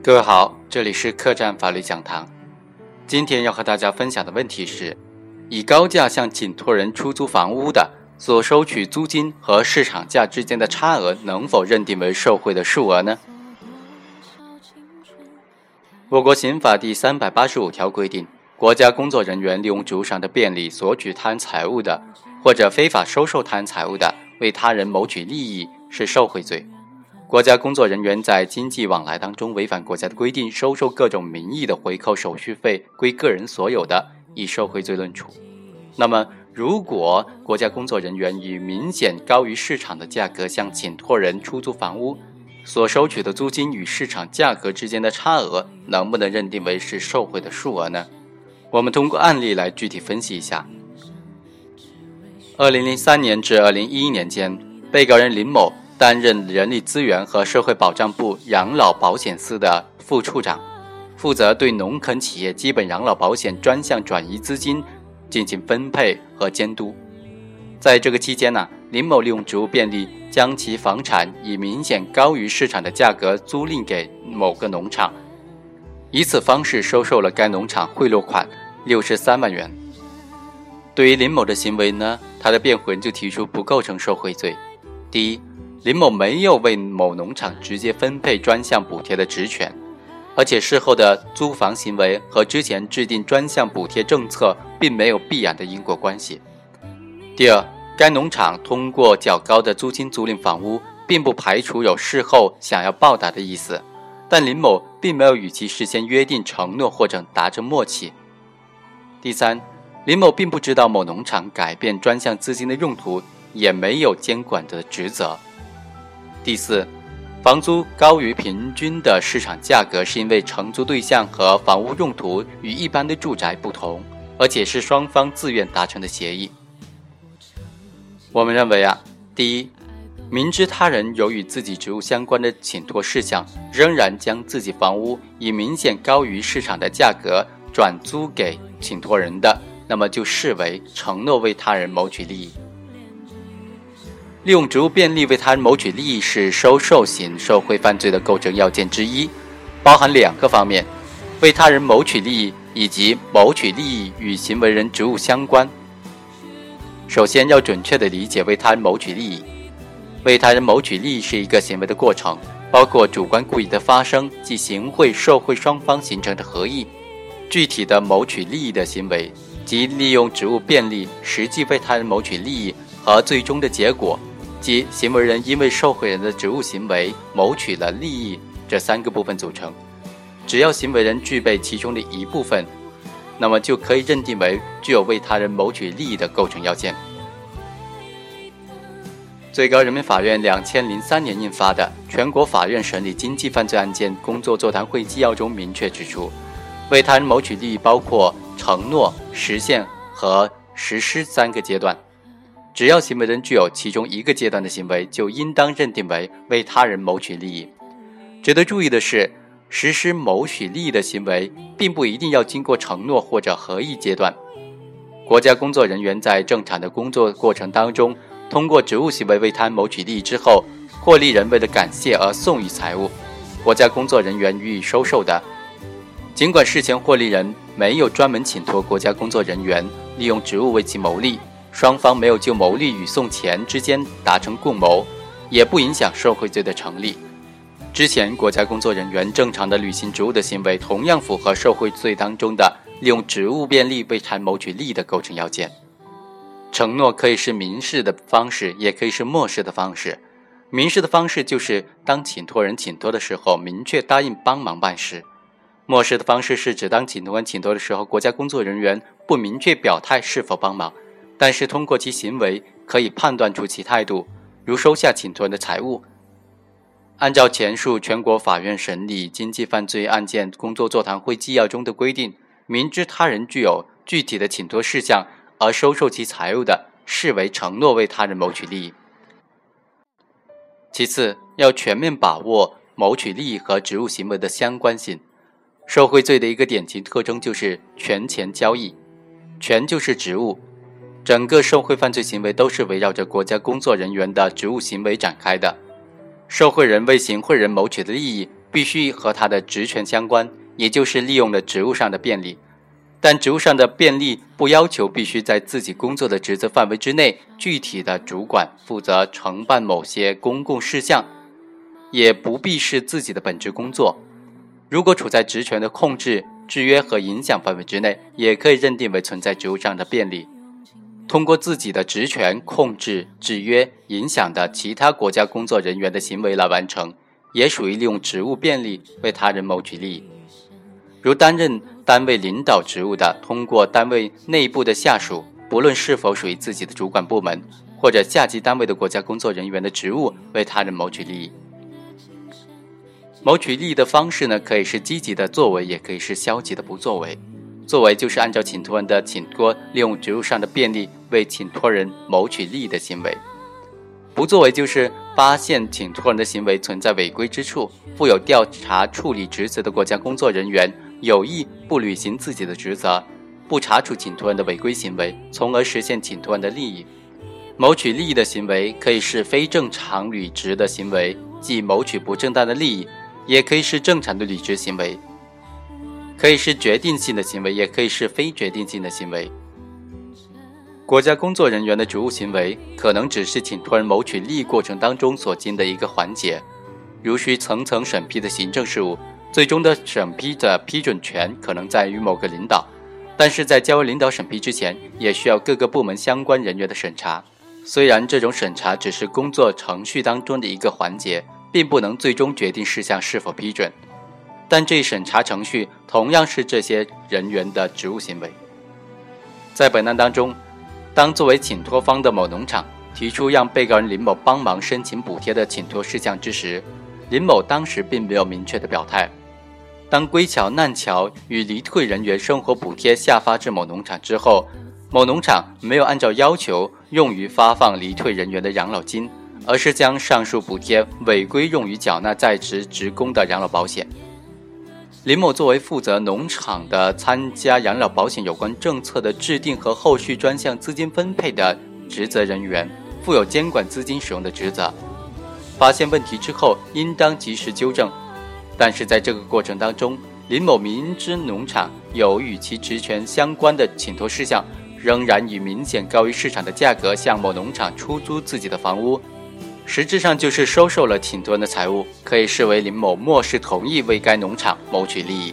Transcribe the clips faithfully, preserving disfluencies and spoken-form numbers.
各位好，这里是客栈法律讲堂。今天要和大家分享的问题是，以高价向请托人出租房屋的所收取租金和市场价之间的差额能否认定为受贿的数额呢？我国刑法第三百八十五条规定，国家工作人员利用职务上的便利索取他人财物的，或者非法收受他人财物的，为他人谋取利益，是受贿罪。国家工作人员在经济往来当中违反国家的规定，收受各种名义的回扣手续费归个人所有的，以受贿罪论处。那么如果国家工作人员以明显高于市场的价格向请托人出租房屋，所收取的租金与市场价格之间的差额能不能认定为是受贿的数额呢？我们通过案例来具体分析一下。二零零三年至二零一一年间，被告人林某担任人力资源和社会保障部养老保险司的副处长，负责对农垦企业基本养老保险专项转移资金进行分配和监督。在这个期间呢，林某利用职务便利，将其房产以明显高于市场的价格租赁给某个农场，以此方式收受了该农场贿赂款六十三万元。对于林某的行为呢，他的辩护人就提出不构成受贿罪。第一，林某没有为某农场直接分配专项补贴的职权，而且事后的租房行为和之前制定专项补贴政策并没有必然的因果关系。第二，该农场通过较高的租金租赁房屋，并不排除有事后想要报答的意思，但林某并没有与其事先约定承诺或者达成默契。第三，林某并不知道某农场改变专项资金的用途，也没有监管的职责。第四，房租高于平均的市场价格是因为承租对象和房屋用途与一般的住宅不同，而且是双方自愿达成的协议。我们认为啊，第一，明知他人有与自己职务相关的请托事项，仍然将自己房屋以明显高于市场的价格转租给请托人的，那么就视为承诺为他人谋取利益。利用职务便利为他人谋取利益是收受型受贿犯罪的构成要件之一，包含两个方面：为他人谋取利益以及谋取利益与行为人职务相关。首先要准确地理解为他人谋取利益。为他人谋取利益是一个行为的过程，包括主观故意的发生即行贿受贿双方形成的合意。具体的谋取利益的行为即利用职务便利实际为他人谋取利益，和最终的结果即行为人因为受贿人的职务行为谋取了利益，这三个部分组成。只要行为人具备其中的一部分，那么就可以认定为具有为他人谋取利益的构成要件。最高人民法院两千零三年印发的《全国法院审理经济犯罪案件工作座谈会纪要》中明确指出，为他人谋取利益包括承诺、实现和实施三个阶段。只要行为人具有其中一个阶段的行为，就应当认定为为他人谋取利益。值得注意的是，实施谋取利益的行为并不一定要经过承诺或者合意阶段。国家工作人员在正常的工作过程当中，通过职务行为为他人谋取利益之后，获利人为了感谢而送予财物，国家工作人员予以收受的，尽管事前获利人没有专门请托国家工作人员利用职务为其谋利，双方没有就牟利与送钱之间达成共谋，也不影响受贿罪的成立。之前国家工作人员正常的履行职务的行为，同样符合受贿罪当中的利用职务便利为他人谋取利益的构成要件。承诺可以是明示的方式，也可以是默示的方式。明示的方式就是当请托人请托的时候，明确答应帮忙办事。默示的方式是指当请托人请托的时候，国家工作人员不明确表态是否帮忙，但是通过其行为可以判断出其态度，如收下请托人的财物。按照前述全国法院审理经济犯罪案件工作座谈会纪要中的规定，明知他人具有具体的请托事项而收受其财物的，视为承诺为他人谋取利益。其次，要全面把握谋取利益和职务行为的相关性。受贿罪的一个典型特征就是权钱交易，权就是职务，整个受贿犯罪行为都是围绕着国家工作人员的职务行为展开的。受贿人为行贿人谋取的利益， 必须和他的职权相关，也就是利用了职务上的便利。但职务上的便利不要求必须在自己工作的职责范围之内具体的主管负责承办某些公共事项，也不必是自己的本职工作。如果处在职权的控制、制约和影响范围之内，也可以认定为存在职务上的便利。通过自己的职权控制、制约、影响的其他国家工作人员的行为来完成，也属于利用职务便利为他人谋取利益。如担任单位领导职务的，通过单位内部的下属，不论是否属于自己的主管部门或者下级单位的国家工作人员的职务，为他人谋取利益。谋取利益的方式呢，可以是积极的作为，也可以是消极的不作为。作为就是按照请托人的请托，利用职务上的便利为请托人谋取利益的行为。不作为就是发现请托人的行为存在违规之处，负有调查处理职责的国家工作人员有意不履行自己的职责，不查处请托人的违规行为，从而实现请托人的利益。谋取利益的行为可以是非正常履职的行为，即谋取不正当的利益，也可以是正常的履职行为，可以是决定性的行为，也可以是非决定性的行为。国家工作人员的职务行为可能只是请托人谋取利益过程当中所经的一个环节，如需层层审批的行政事务，最终的审批的批准权可能在于某个领导，但是在交由领导审批之前，也需要各个部门相关人员的审查。虽然这种审查只是工作程序当中的一个环节，并不能最终决定事项是否批准，但这一审查程序同样是这些人员的职务行为。在本案当中，当作为请托方的某农场提出让被告人林某帮忙申请补贴的请托事项之时，林某当时并没有明确的表态。当归桥难桥与离退人员生活补贴下发至某农场之后，某农场没有按照要求用于发放离退人员的养老金，而是将上述补贴违规用于缴纳在职职工的养老保险。林某作为负责农场的参加养老保险有关政策的制定和后续专项资金分配的职责人员，负有监管资金使用的职责。发现问题之后，应当及时纠正。但是在这个过程当中，林某明知农场有与其职权相关的请托事项，仍然以明显高于市场的价格向某农场出租自己的房屋，实质上就是收受了请托人的财物，可以视为林某漠视同意为该农场谋取利益。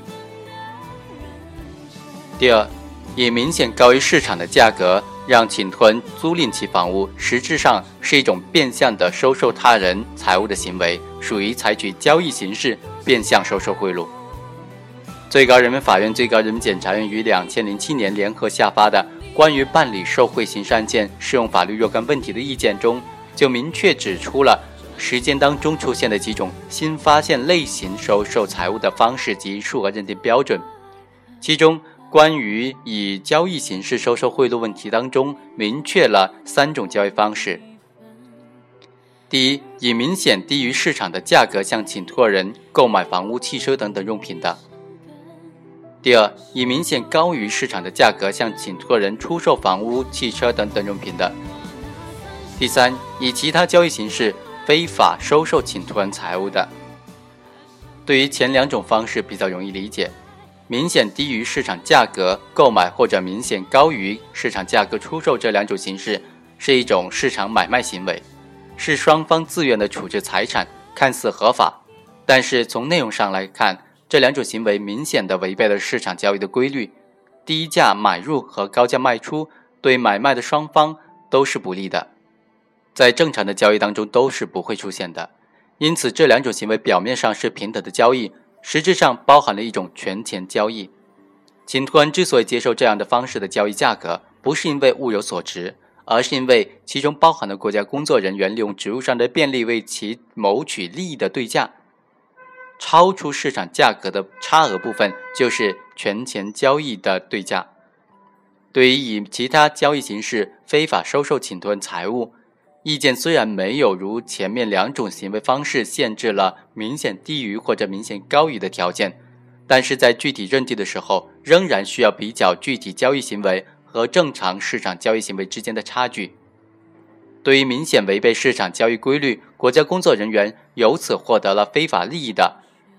第二，以明显高于市场的价格让请托人租赁其房屋，实质上是一种变相的收受他人财物的行为，属于采取交易形式变相收受贿赂。最高人民法院、最高人民检察院于两千零七年联合下发的关于办理受贿刑事案件适用法律若干问题的意见中，就明确指出了实践当中出现的几种新发现类型收受财物的方式及数额认定标准。其中关于以交易形式收受贿赂问题当中，明确了三种交易方式。第一，以明显低于市场的价格向请托人购买房屋、汽车等等用品的。第二，以明显高于市场的价格向请托人出售房屋、汽车等等用品的。第三，以其他交易形式非法收受请托人财物的。对于前两种方式比较容易理解，明显低于市场价格购买或者明显高于市场价格出售这两种形式是一种市场买卖行为，是双方自愿的处置财产，看似合法，但是从内容上来看，这两种行为明显地违背了市场交易的规律，低价买入和高价卖出对买卖的双方都是不利的，在正常的交易当中都是不会出现的。因此这两种行为表面上是平等的交易，实质上包含了一种权钱交易。请托人之所以接受这样的方式的交易价格，不是因为物有所值，而是因为其中包含了国家工作人员利用职务上的便利为其谋取利益的对价，超出市场价格的差额部分就是权钱交易的对价。对于以其他交易形式非法收受请托人财物，意见虽然没有如前面两种行为方式限制了明显低于或者明显高于的条件，但是在具体认定的时候，仍然需要比较具体交易行为和正常市场交易行为之间的差距。对于明显违背市场交易规律，国家工作人员由此获得了非法利益的，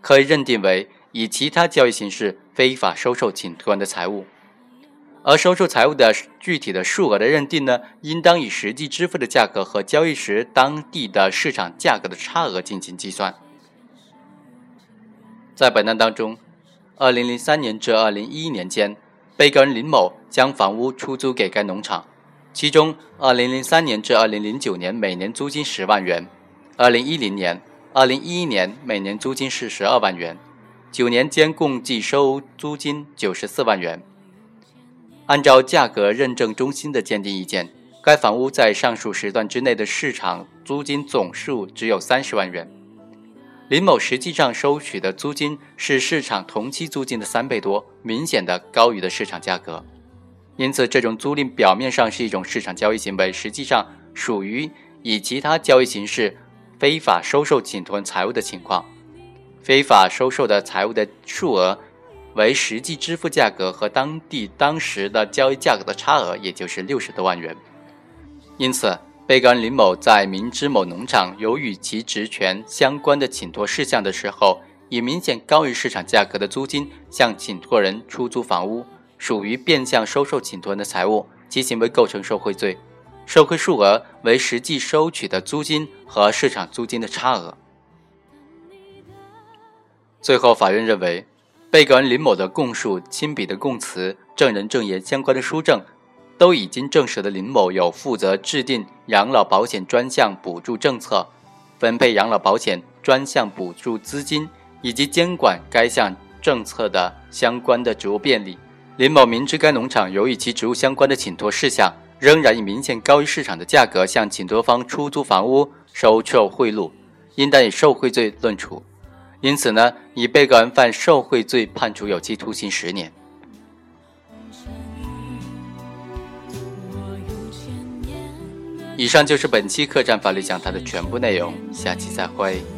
可以认定为以其他交易形式非法收受请托人的财物。而收受财物的具体的数额的认定呢，应当以实际支付的价格和交易时当地的市场价格的差额进行计算。在本案当中，二零零三年至二零一一年间，被告人林某将房屋出租给该农场，其中二零零三年至二零零九年每年租金十万元，二零一零年、二零一一年每年租金是十二万元，九年间共计收租金九十四万元。按照价格认证中心的鉴定意见，该房屋在上述时段之内的市场租金总数只有三十万元。林某实际上收取的租金是市场同期租金的三倍多，明显的高于的市场价格。因此，这种租赁表面上是一种市场交易行为，实际上属于以其他交易形式非法收受请托人财物的情况。非法收受的财物的数额为实际支付价格和当地当时的交易价格的差额，也就是六十多万元。因此，被告人林某在明知某农场有与其职权相关的请托事项的时候，以明显高于市场价格的租金向请托人出租房屋，属于变相收受请托人的财物，其行为构成受贿罪，受贿数额为实际收取的租金和市场租金的差额。最后，法院认为，被告人林某的供述、亲笔的供词、证人证言相关的书证，都已经证实了林某有负责制定养老保险专项补助政策、分配养老保险专项补助资金以及监管该项政策的相关的职务便利。林某明知该农场有与其职务相关的请托事项，仍然以明显高于市场的价格向请托方出租房屋，收受贿赂，应当以受贿罪论处。因此呢，以被告人犯受贿罪判处有期徒刑十年。以上就是本期客栈法律讲坛的全部内容，下期再会。